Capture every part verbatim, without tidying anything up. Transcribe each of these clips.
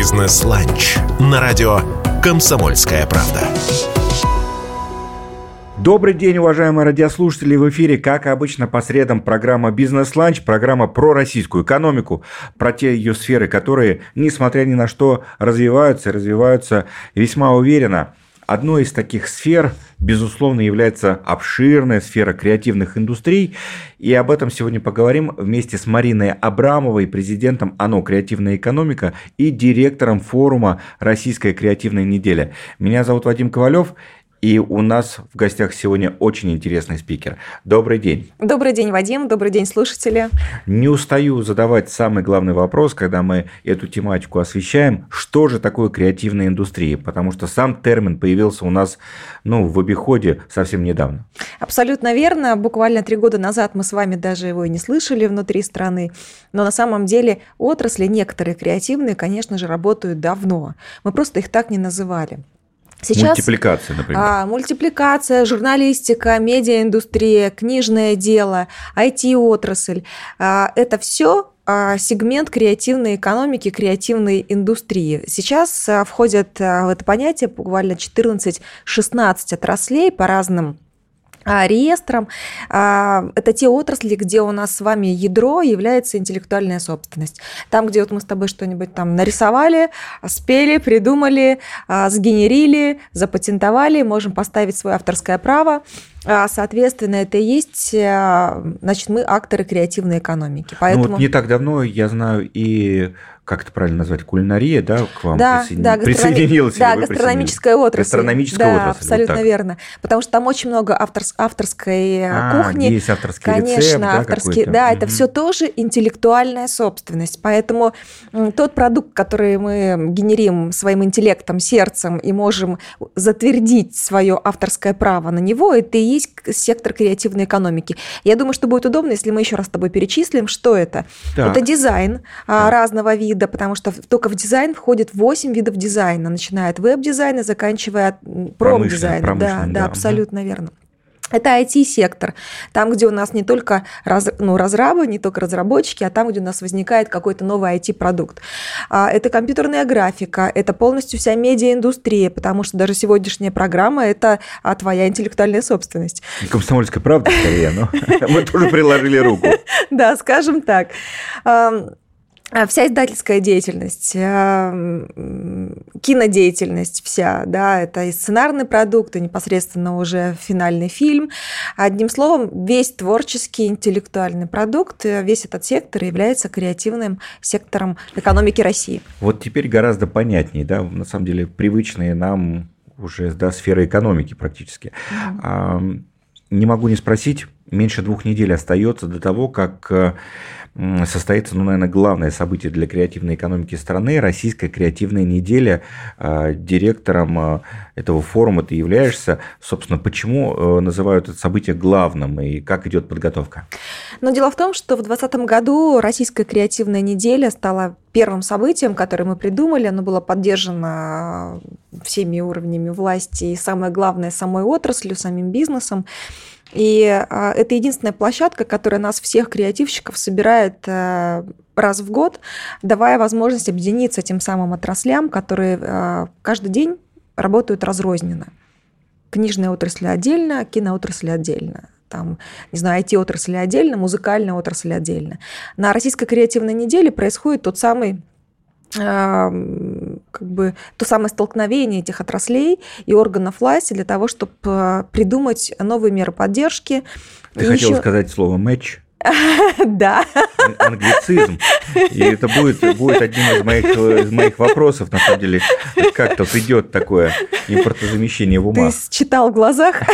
Бизнес-ланч на радио «Комсомольская правда». Добрый день, уважаемые радиослушатели! В эфире, как обычно, по средам программа «Бизнес-ланч», программа про российскую экономику, про те ее сферы, которые, несмотря ни на что, развиваются и развиваются весьма уверенно. Одной из таких сфер, безусловно, является обширная сфера креативных индустрий. И об этом сегодня поговорим вместе с Мариной Абрамовой, президентом ОНО «Креативная экономика» и директором форума «Российская креативная неделя». Меня зовут Вадим Ковалев. И у нас в гостях сегодня очень интересный спикер. Добрый день. Добрый день, Вадим. Добрый день, слушатели. Не устаю задавать самый главный вопрос, когда мы эту тематику освещаем. Что же такое креативная индустрия? Потому что сам термин появился у нас ну, в обиходе совсем недавно. Абсолютно верно. Буквально три года назад мы с вами даже его и не слышали внутри страны. Но на самом деле отрасли некоторые креативные, конечно же, работают давно. Мы просто их так не называли. Сейчас, мультипликация, например. А, мультипликация, журналистика, медиаиндустрия, книжное дело, ай ти-отрасль. А, это все а, сегмент креативной экономики, креативной индустрии. Сейчас а, входят а, в это понятие буквально четырнадцать-шестнадцать отраслей по разным реестром. Это те отрасли, где у нас с вами ядро является интеллектуальная собственность. Там, где вот мы с тобой что-нибудь там нарисовали, спели, придумали, сгенерили, запатентовали, можем поставить свое авторское право. Соответственно, это и есть, значит, мы акторы креативной экономики. Поэтому... Ну, вот не так давно, я знаю, и как это правильно назвать, кулинария, да, к вам да, присоедин... да, присоединилась? Да, гастрономическая отрасль. Гастрономическая да, отрасль. Абсолютно вот верно. Потому что там очень много авторс... авторской а, кухни. Есть авторский Конечно, рецепт, да, авторский, какой-то. да, угу. это все тоже интеллектуальная собственность. Поэтому тот продукт, который мы генерим своим интеллектом, сердцем и можем затвердить свое авторское право на него, это и есть сектор креативной экономики. Я думаю, что будет удобно, если мы еще раз с тобой перечислим, что это. Так. Это дизайн так. разного вида, потому что только в дизайн входит восемь видов дизайна, начиная от веб-дизайна, заканчивая промдизайном. Да, да, да, абсолютно угу. верно. Это ай ти-сектор, там, где у нас не только раз, ну, разрабы, не только разработчики, а там, где у нас возникает какой-то новый ай ти-продукт. Это компьютерная графика, это полностью вся медиаиндустрия, потому что даже сегодняшняя программа – это твоя интеллектуальная собственность. Комсомольская правда, скорее, но мы тоже приложили руку. Да, скажем так. Вся издательская деятельность, кинодеятельность вся, да, это и сценарный продукт, и непосредственно уже финальный фильм. Одним словом, весь творческий интеллектуальный продукт, весь этот сектор является креативным сектором экономики России. Вот теперь гораздо понятнее, да, на самом деле привычные нам уже, да, сферы экономики практически. Mm-hmm. Не могу не спросить, меньше двух недель остается до того, как состоится, ну, наверное, главное событие для креативной экономики страны – Российская креативная неделя. Директором этого форума ты являешься. Собственно, почему называют это событие главным и как идет подготовка? Но дело в том, что в двадцатом году Российская креативная неделя стала первым событием, которое мы придумали. Оно было поддержано всеми уровнями власти и, самое главное, самой отраслью, самим бизнесом. И это единственная площадка, которая нас всех креативщиков собирает раз в год, давая возможность объединиться тем самым отраслям, которые каждый день работают разрозненно. Книжная отрасль отдельно, киноотрасль отдельно. Там, не знаю, ай ти-отрасль отдельно, музыкальная отрасль отдельно. На Российской креативной неделе происходит тот самый как бы то самое столкновение этих отраслей и органов власти для того, чтобы придумать новые меры поддержки. Ты хотела еще... сказать слово «матч»? Да. Англицизм. И это будет, будет одним из моих, из моих вопросов, на самом деле, как тут идет такое импортозамещение в умах. Ты читал в глазах.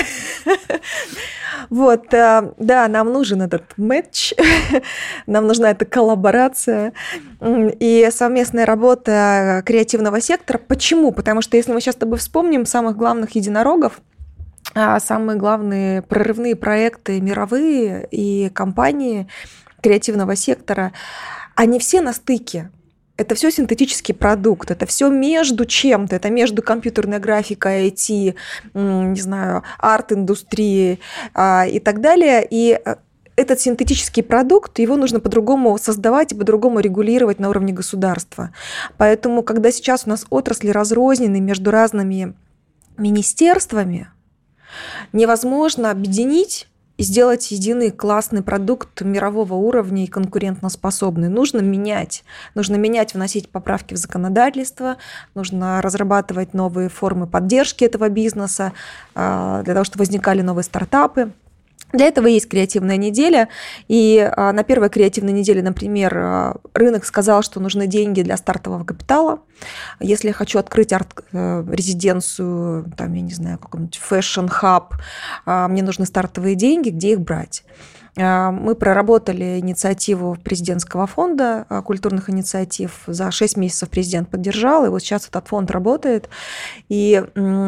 Вот, да, нам нужен этот матч, нам нужна эта коллаборация и совместная работа креативного сектора. Почему? Потому что если мы сейчас с тобой вспомним самых главных единорогов, самые главные прорывные проекты мировые и компании креативного сектора, они все на стыке. Это все синтетический продукт, это все между чем-то, это между компьютерной графикой, ай ти, не знаю, арт-индустрией и так далее. И этот синтетический продукт, его нужно по-другому создавать и по-другому регулировать на уровне государства. Поэтому, когда сейчас у нас отрасли разрознены между разными министерствами, невозможно объединить и сделать единый классный продукт мирового уровня и конкурентоспособный. Нужно менять. Нужно менять, вносить поправки в законодательство, нужно разрабатывать новые формы поддержки этого бизнеса, для того, чтобы возникали новые стартапы. Для этого есть креативная неделя, и на первой креативной неделе, например, рынок сказал, что нужны деньги для стартового капитала. Если я хочу открыть арт-резиденцию, там, я не знаю, какой-нибудь фэшн-хаб, мне нужны стартовые деньги, где их брать? Мы проработали инициативу президентского фонда культурных инициатив. За шесть месяцев президент поддержал, и вот сейчас этот фонд работает. И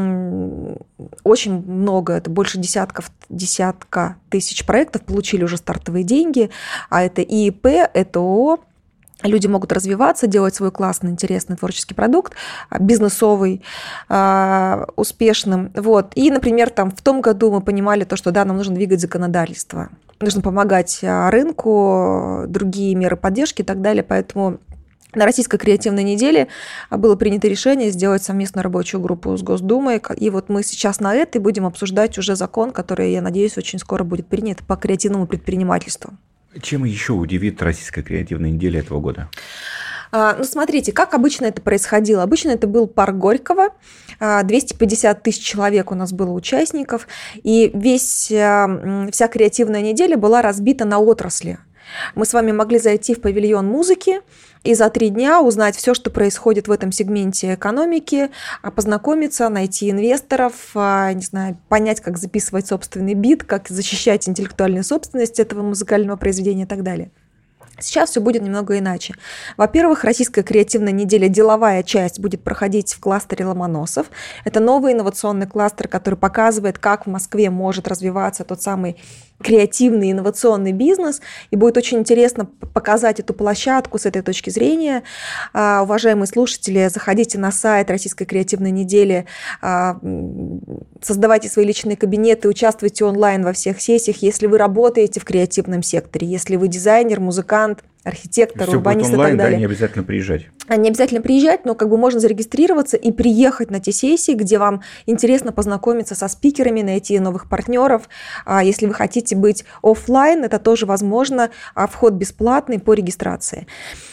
очень много, это больше десятков, десятка тысяч проектов получили уже стартовые деньги. А это ИИП, это ООО. Люди могут развиваться, делать свой классный, интересный творческий продукт, бизнесовый, успешным. Вот. И, например, там, в том году мы понимали то, что да, нам нужно двигать законодательство. Нужно помогать рынку, другие меры поддержки и так далее. Поэтому на Российской креативной неделе было принято решение сделать совместную рабочую группу с Госдумой. И вот мы сейчас на этой будем обсуждать уже закон, который, я надеюсь, очень скоро будет принят по креативному предпринимательству. Чем еще удивит Российская креативная неделя этого года? Ну, смотрите, как обычно это происходило. Обычно это был парк Горького, двести пятьдесят тысяч человек у нас было участников, и весь, вся креативная неделя была разбита на отрасли. Мы с вами могли зайти в павильон музыки и за три дня узнать все, что происходит в этом сегменте экономики, познакомиться, найти инвесторов, не знаю, понять, как записывать собственный бит, как защищать интеллектуальную собственность этого музыкального произведения и так далее. Сейчас все будет немного иначе. Во-первых, Российская креативная неделя, деловая часть, будет проходить в кластере Ломоносов. Это новый инновационный кластер, который показывает, как в Москве может развиваться тот самый креативный инновационный бизнес. И будет очень интересно показать эту площадку с этой точки зрения. Уважаемые слушатели, заходите на сайт Российской креативной недели, создавайте свои личные кабинеты, участвуйте онлайн во всех сессиях, если вы работаете в креативном секторе, если вы дизайнер, музыкант, архитектор, все урбанист онлайн, и так далее. Да, не обязательно приезжать. Не обязательно приезжать, но как бы можно зарегистрироваться и приехать на те сессии, где вам интересно познакомиться со спикерами, найти новых партнеров. Если вы хотите быть офлайн, это тоже возможно, вход бесплатный по регистрации.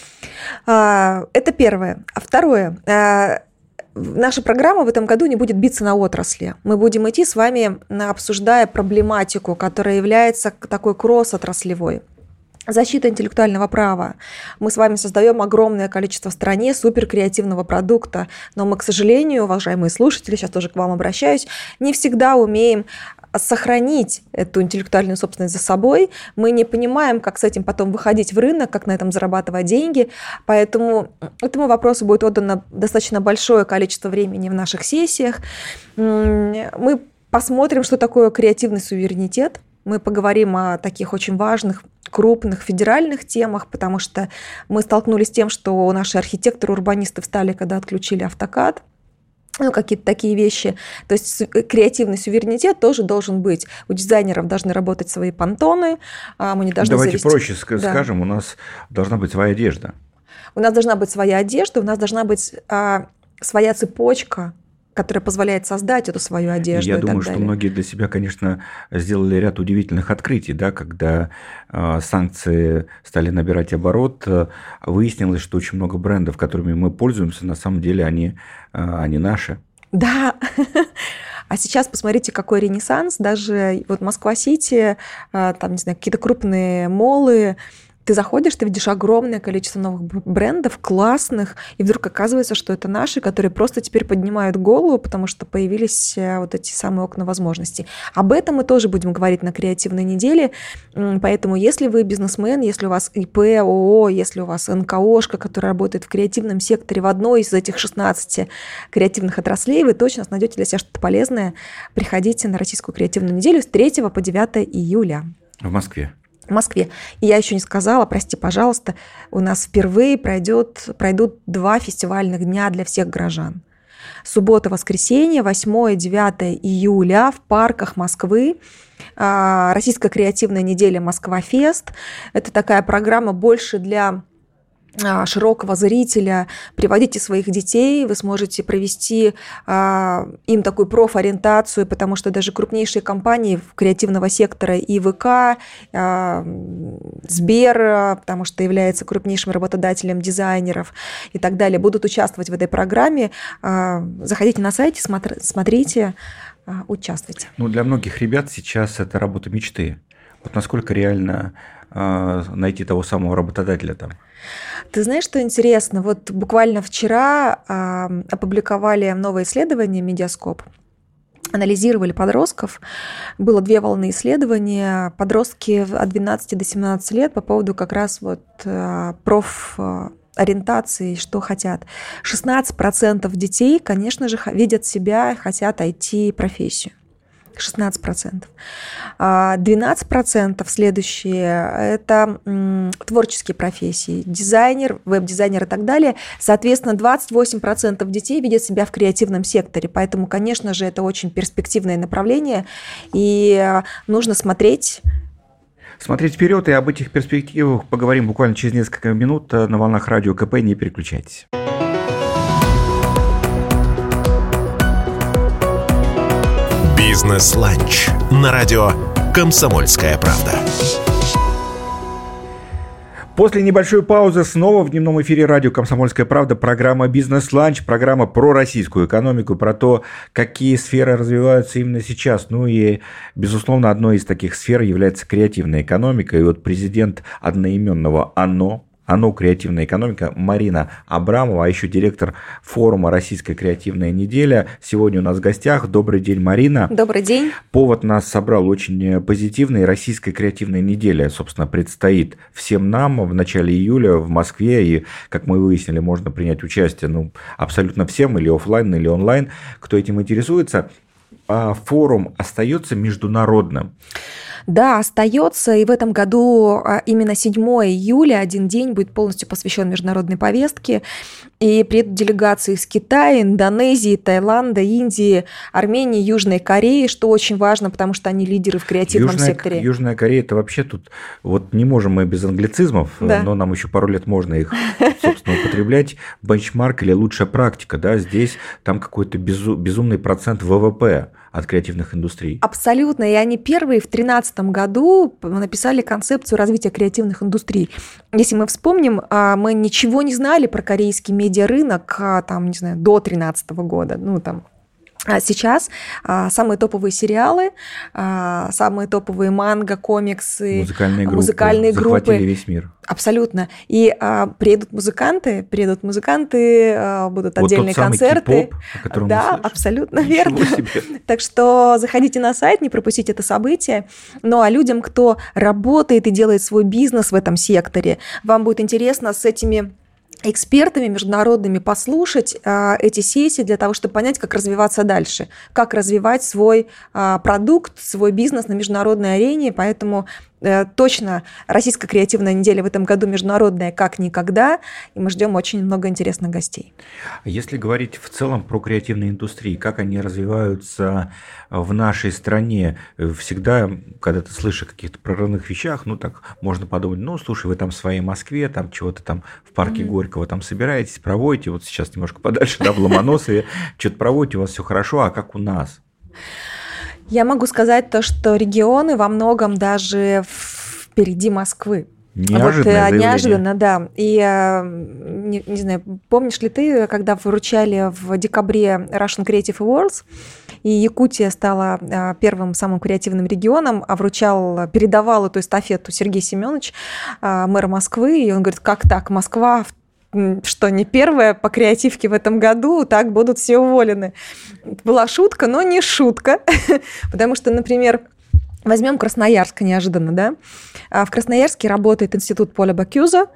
Это первое. А второе. Наша программа в этом году не будет биться на отрасли. Мы будем идти с вами, обсуждая проблематику, которая является такой кросс-отраслевой. Защита интеллектуального права. Мы с вами создаем огромное количество в стране суперкреативного продукта, но мы, к сожалению, уважаемые слушатели, сейчас тоже к вам обращаюсь, не всегда умеем сохранить эту интеллектуальную собственность за собой. Мы не понимаем, как с этим потом выходить в рынок, как на этом зарабатывать деньги. Поэтому этому вопросу будет отдано достаточно большое количество времени в наших сессиях. Мы посмотрим, что такое креативный суверенитет. Мы поговорим о таких очень важных, крупных федеральных темах, потому что мы столкнулись с тем, что наши архитекторы, урбанисты встали, когда отключили автокад. Ну, какие-то такие вещи. То есть креативный суверенитет тоже должен быть. У дизайнеров должны работать свои понтоны. Мы не должны Давайте завести... проще да. скажем, у нас должна быть своя одежда. У нас должна быть своя одежда, у нас должна быть а, своя цепочка, которая позволяет создать эту свою одежду. Я и думаю, так что далее. многие для себя, конечно, сделали ряд удивительных открытий, да, когда э, санкции стали набирать оборот, э, выяснилось, что очень много брендов, которыми мы пользуемся, на самом деле они, э, они наши. Да. А сейчас посмотрите, какой ренессанс. Даже вот Москва-Сити, э, там, не знаю, какие-то крупные моллы. Ты заходишь, ты видишь огромное количество новых брендов, классных, и вдруг оказывается, что это наши, которые просто теперь поднимают голову, потому что появились вот эти самые окна возможностей. Об этом мы тоже будем говорить на креативной неделе, поэтому если вы бизнесмен, если у вас ИП, ООО, если у вас эн ка ошка, которая работает в креативном секторе в одной из этих шестнадцати креативных отраслей, вы точно найдете для себя что-то полезное. Приходите на Российскую креативную неделю с третьего по девятое июля. В Москве. В Москве. И я еще не сказала, прости, пожалуйста, у нас впервые пройдет, пройдут два фестивальных дня для всех горожан. суббота-воскресенье, восьмое-девятое июля в парках Москвы. Российская креативная неделя «Москва-фест». Это такая программа больше для широкого зрителя. Приводите своих детей, вы сможете провести а, им такую профориентацию, потому что даже крупнейшие компании креативного сектора и ВК, а, Сбер, потому что является крупнейшим работодателем дизайнеров и так далее, будут участвовать в этой программе. А, заходите на сайт, смотр- смотрите, а, участвуйте. Ну, для многих ребят сейчас это работа мечты. Вот насколько реально а, найти того самого работодателя там? Ты знаешь, что интересно? Вот буквально вчера э, опубликовали новое исследование «Медиаскоп». Анализировали подростков. Было две волны исследования. Подростки от двенадцати до семнадцати лет по поводу как раз вот э, профориентации, что хотят. шестнадцать процентов детей, конечно же, видят себя, хотят ай ти-профессию. шестнадцать процентов. двенадцать процентов следующие – это творческие профессии, дизайнер, веб-дизайнер и так далее. Соответственно, двадцать восемь процентов детей видят себя в креативном секторе, поэтому, конечно же, это очень перспективное направление, и нужно смотреть… Смотреть вперед, и об этих перспективах поговорим буквально через несколько минут на волнах радио КП. Не переключайтесь. «Бизнес-ланч» на радио «Комсомольская правда». После небольшой паузы снова в дневном эфире радио «Комсомольская правда» программа «Бизнес-ланч», программа про российскую экономику, про то, какие сферы развиваются именно сейчас. Ну и, безусловно, одной из таких сфер является креативная экономика. И вот президент одноименного ОНО, ОНО «Креативная экономика» Марина Абрамова, а еще директор форума «Российская креативная неделя». Сегодня у нас в гостях. Добрый день, Марина. Добрый день. Повод нас собрал очень позитивный. Российская креативная неделя, собственно, предстоит всем нам в начале июля в Москве. И, как мы выяснили, можно принять участие ну, абсолютно всем, или офлайн, или онлайн, кто этим интересуется. А форум остается международным. Да, остается, и в этом году именно седьмое июля, один день, будет полностью посвящен международной повестке, и приедут делегации из Китая, Индонезии, Таиланда, Индии, Армении, Южной Кореи, что очень важно, потому что они лидеры в креативном Южная, секторе. Южная Корея, это вообще тут, вот не можем мы без англицизмов, да. Но нам еще пару лет можно их, собственно, употреблять. Бенчмарк или лучшая практика, да, здесь там какой-то безумный процент ВВП от креативных индустрий. Абсолютно, и они первые в две тысячи тринадцатом году написали концепцию развития креативных индустрий. Если мы вспомним, мы ничего не знали про корейский медиарынок там, не знаю, до две тысячи тринадцатого года, ну там. А сейчас а, самые топовые сериалы, а, самые топовые манго, комиксы, музыкальные группы, музыкальные группы захватили весь мир. Абсолютно. И а, приедут музыканты, приедут музыканты, а, будут вот отдельные тот самый концерты. кей-поп, о котором да, мы слышим. Абсолютно Ничего верно. себе. Так что заходите на сайт, не пропустите это событие. Ну а людям, кто работает и делает свой бизнес в этом секторе, вам будет интересно с этими экспертами международными послушать а, эти сессии для того, чтобы понять, как развиваться дальше, как развивать свой а, продукт, свой бизнес на международной арене. Поэтому э, точно Российская креативная неделя в этом году международная как никогда, и мы ждем очень много интересных гостей. Если говорить в целом про креативные индустрии, как они развиваются в нашей стране, всегда, когда ты слышишь о каких-то прорывных вещах, ну так можно подумать, ну слушай, вы там в своей Москве, там чего-то там в парке mm-hmm. Горького там собираетесь, проводите, вот сейчас немножко подальше, да, в Ломоносове, что-то проводите, у вас все хорошо, а как у нас? Я могу сказать то, что регионы во многом даже впереди Москвы. Неожиданное вот, неожиданно, да. И не, не знаю, помнишь ли ты, когда вручали в декабре Russian Creative Awards, и Якутия стала первым самым креативным регионом, а вручал, передавал эту эстафету Сергей Семенович, мэр Москвы, и он говорит, как так, Москва что не первая по креативке в этом году, так будут все уволены. Была шутка, но не шутка, потому что, например, Возьмем Красноярск неожиданно, да? В Красноярске работает институт Поля Бокюза.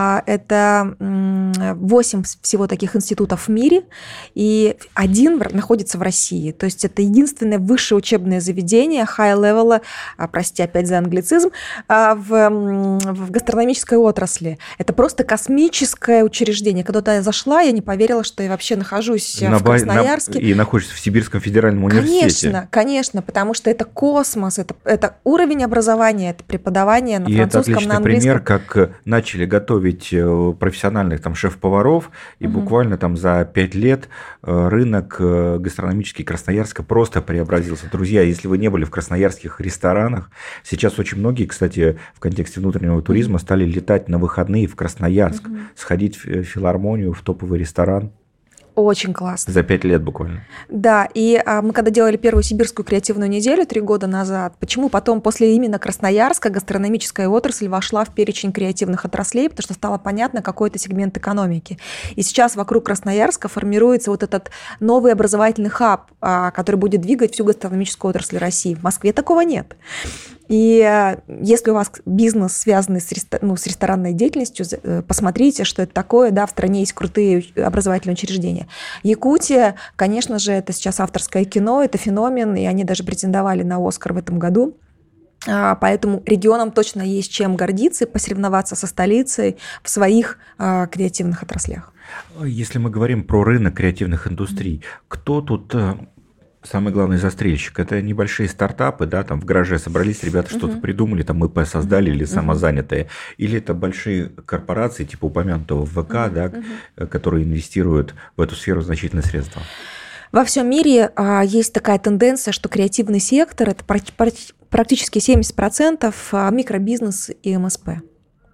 Это восемь всего таких институтов в мире, и один находится в России. То есть это единственное высшее учебное заведение high-level, прости опять за англицизм, в, в гастрономической отрасли. Это просто космическое учреждение. Когда я зашла, я не поверила, что я вообще нахожусь на, в Красноярске. На, и находишься в Сибирском федеральном университете. Конечно, конечно, потому что это космос, это Это уровень образования, это преподавание на и французском, это отличный на английском. пример, как начали готовить профессиональных там шеф-поваров, и угу. буквально там за пять лет рынок гастрономический Красноярска просто преобразился. Друзья, если вы не были в красноярских ресторанах, сейчас очень многие, кстати, в контексте внутреннего туризма стали летать на выходные в Красноярск, угу. сходить в филармонию, в топовый ресторан. Очень классно. За пять лет буквально. Да, и а, мы когда делали первую сибирскую креативную неделю три года назад, почему потом после именно Красноярска гастрономическая отрасль вошла в перечень креативных отраслей, потому что стало понятно, какой это сегмент экономики. И сейчас вокруг Красноярска формируется вот этот новый образовательный хаб, а, который будет двигать всю гастрономическую отрасль России. В Москве такого нет. И если у вас бизнес, связанный с, рестор... ну, с ресторанной деятельностью, посмотрите, что это такое. Да, в стране есть крутые образовательные учреждения. Якутия, конечно же, это сейчас авторское кино, это феномен, и они даже претендовали на «Оскар» в этом году. Поэтому регионам точно есть чем гордиться и посоревноваться со столицей в своих креативных отраслях. Если мы говорим про рынок креативных индустрий, кто тут... Самый главный застрельщик – это небольшие стартапы, да, там в гараже собрались, ребята что-то uh-huh. придумали, там ИП создали uh-huh. или самозанятые, или это большие корпорации, типа упомянутого ВК, uh-huh. да, uh-huh. которые инвестируют в эту сферу значительные средства. Во всем мире а, есть такая тенденция, что креативный сектор – это практически семьдесят процентов микробизнес и эм эс пэ.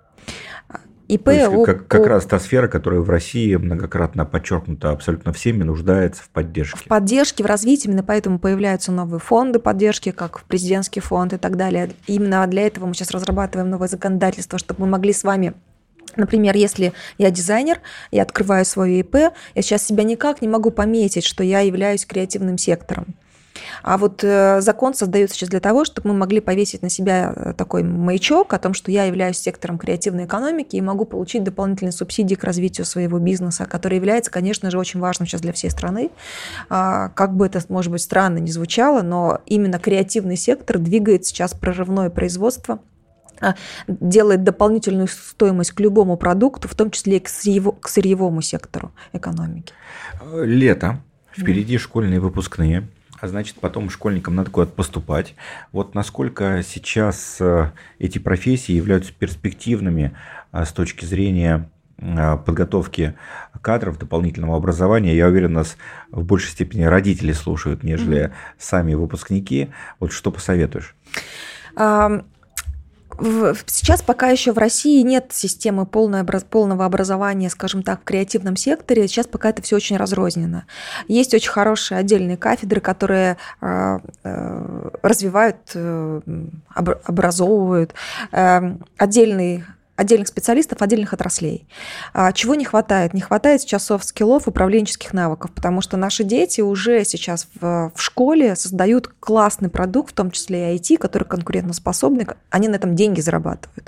ИП, о, как, как о... раз та сфера, которая в России многократно подчеркнута абсолютно всеми, нуждается в поддержке. В поддержке, в развитии, именно поэтому появляются новые фонды поддержки, как президентский фонд и так далее. Именно для этого мы сейчас разрабатываем новое законодательство, чтобы мы могли с вами... Например, если я дизайнер, я открываю свое ИП, я сейчас себя никак не могу пометить, что я являюсь креативным сектором. А вот э, закон создается сейчас для того, чтобы мы могли повесить на себя такой маячок о том, что я являюсь сектором креативной экономики и могу получить дополнительные субсидии к развитию своего бизнеса, который является, конечно же, очень важным сейчас для всей страны. А, как бы это, может быть, странно ни звучало, но именно креативный сектор двигает сейчас прорывное производство, делает дополнительную стоимость к любому продукту, в том числе и к, сырьево, к сырьевому сектору экономики. Лето, впереди mm. школьные выпускные. А значит, потом школьникам надо куда-то поступать. Вот насколько сейчас эти профессии являются перспективными с точки зрения подготовки кадров, дополнительного образования. Я уверен, нас в большей степени родители слушают, нежели mm-hmm. сами выпускники. Вот что посоветуешь? Um... Сейчас пока еще в России нет системы полного образования, скажем так, в креативном секторе. Сейчас пока это все очень разрознено. Есть очень хорошие отдельные кафедры, которые развивают, образовывают отдельные отдельных специалистов, отдельных отраслей. Чего не хватает? Не хватает сейчас софт-скиллов, управленческих навыков, потому что наши дети уже сейчас в, в школе создают классный продукт, в том числе и ай ти, который конкурентоспособный, они на этом деньги зарабатывают.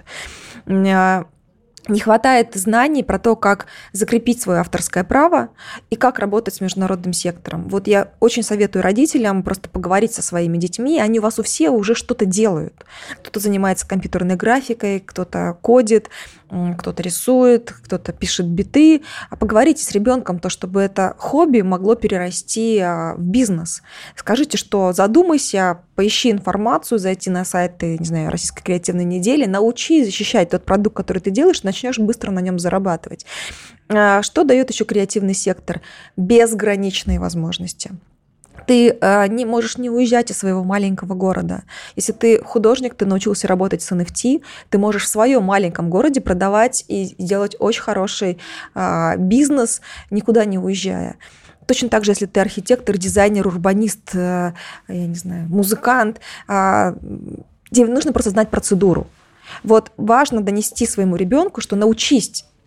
Не хватает знаний про то, как закрепить свое авторское право и как работать с международным сектором. Вот я очень советую родителям просто поговорить со своими детьми. Они у вас у всех уже что-то делают. Кто-то занимается компьютерной графикой, кто-то кодит, кто-то рисует, кто-то пишет биты. А поговорите с ребенком, то, чтобы это хобби могло перерасти в бизнес. Скажите, что задумайся, поищи информацию, зайти на сайты, не знаю, Российской креативной недели, научи защищать тот продукт, который ты делаешь, начнешь быстро на нем зарабатывать. Что дает еще креативный сектор? Безграничные возможности. Ты не можешь не уезжать из своего маленького города. Если ты художник, ты научился работать с эн эф ти, ты можешь в своем маленьком городе продавать и делать очень хороший бизнес, никуда не уезжая. Точно так же, если ты архитектор, дизайнер, урбанист, я не знаю, музыкант, тебе нужно просто знать процедуру. Вот важно донести своему ребенку, что научись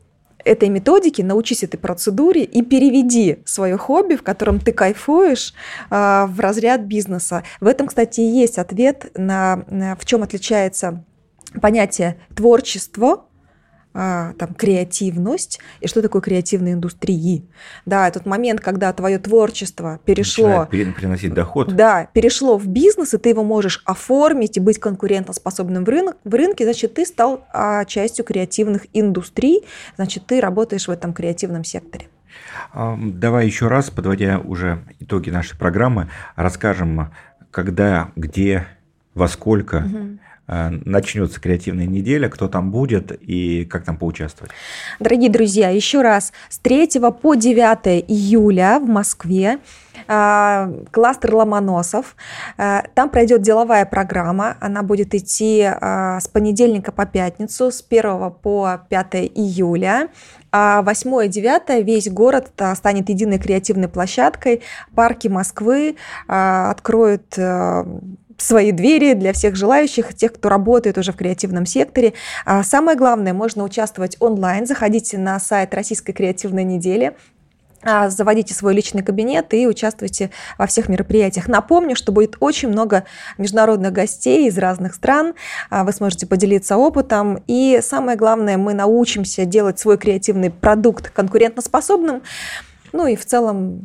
этой методике, научись этой процедуре и переведи свое хобби, в котором ты кайфуешь, в разряд бизнеса. В этом, кстати, и есть ответ на, на в чем отличается понятие творчество, там, креативность и что такое креативные индустрии. Да, тот момент, когда твое творчество перешло... Начинает приносить доход. Да, перешло в бизнес, и ты его можешь оформить и быть конкурентоспособным в, рынок, в рынке, значит, ты стал а, частью креативных индустрий, значит, ты работаешь в этом креативном секторе. Давай еще раз, подводя уже итоги нашей программы, расскажем, когда, где, во сколько... Угу. начнется креативная неделя, кто там будет и как там поучаствовать. Дорогие друзья, еще раз, с третьего по девятое июля в Москве кластер Ломоносов. Там пройдет деловая программа, она будет идти с понедельника по пятницу, с первого по пятое июля. А восьмое и девятое весь город станет единой креативной площадкой. Парки Москвы откроют свои двери для всех желающих, тех, кто работает уже в креативном секторе. А самое главное, можно участвовать онлайн. Заходите на сайт Российской креативной недели, заводите свой личный кабинет и участвуйте во всех мероприятиях. Напомню, что будет очень много международных гостей из разных стран. Вы сможете поделиться опытом. И самое главное, мы научимся делать свой креативный продукт конкурентоспособным. Ну и в целом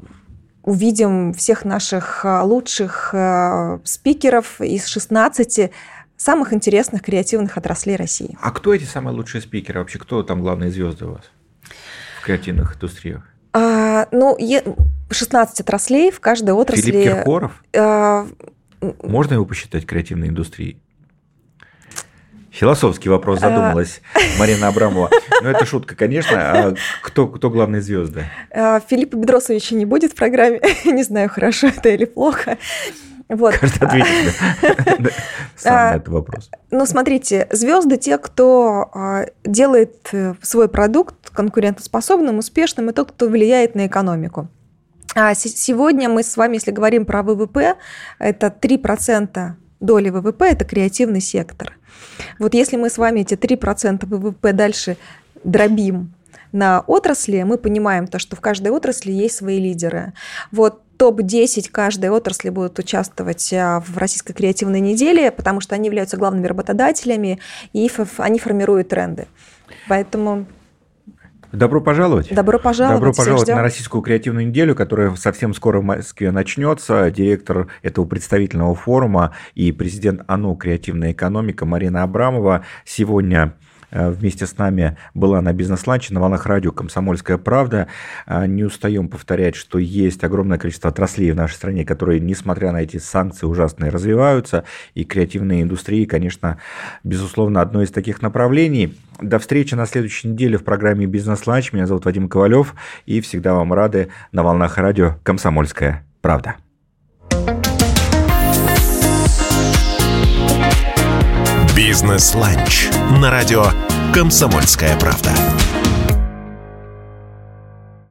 увидим всех наших лучших спикеров из шестнадцати самых интересных креативных отраслей России. А кто эти самые лучшие спикеры? Вообще, кто там главные звезды у вас в креативных индустриях? А, ну, шестнадцать отраслей, в каждой отрасли... Филипп Киркоров? А... Можно его посчитать креативной индустрией? Философский вопрос, задумалась Марина Абрамова. Ну, это шутка, конечно. А кто, кто главные звезды? Филиппа Бедросовича не будет в программе. Не знаю, хорошо это или плохо. Вот. Каждый ответит сам на этот вопрос. Ну, смотрите, звезды те, кто делает свой продукт конкурентоспособным, успешным, и тот, кто влияет на экономику. А сегодня мы с вами, если говорим про ВВП, это три процента доли ВВП – это креативный сектор. Вот если мы с вами эти три процента ВВП дальше дробим на отрасли, мы понимаем то, что в каждой отрасли есть свои лидеры. Вот топ десять каждой отрасли будут участвовать в Российской креативной неделе, потому что они являются главными работодателями, и они формируют тренды. Поэтому... Добро пожаловать. Добро пожаловать. Добро пожаловать на Российскую креативную неделю, которая совсем скоро в Москве начнется. Директор этого представительного форума и президент АНО «Креативная экономика» Марина Абрамова сегодня вместе с нами была на бизнес-ланче на волнах радио «Комсомольская правда». Не устаем повторять, что есть огромное количество отраслей в нашей стране, которые, несмотря на эти санкции, ужасные, развиваются. И креативные индустрии, конечно, безусловно, одно из таких направлений. До встречи на следующей неделе в программе «Бизнес-ланч». Меня зовут Вадим Ковалев. И всегда вам рады на волнах радио «Комсомольская правда». «Бизнес-ланч» на радио «Комсомольская правда».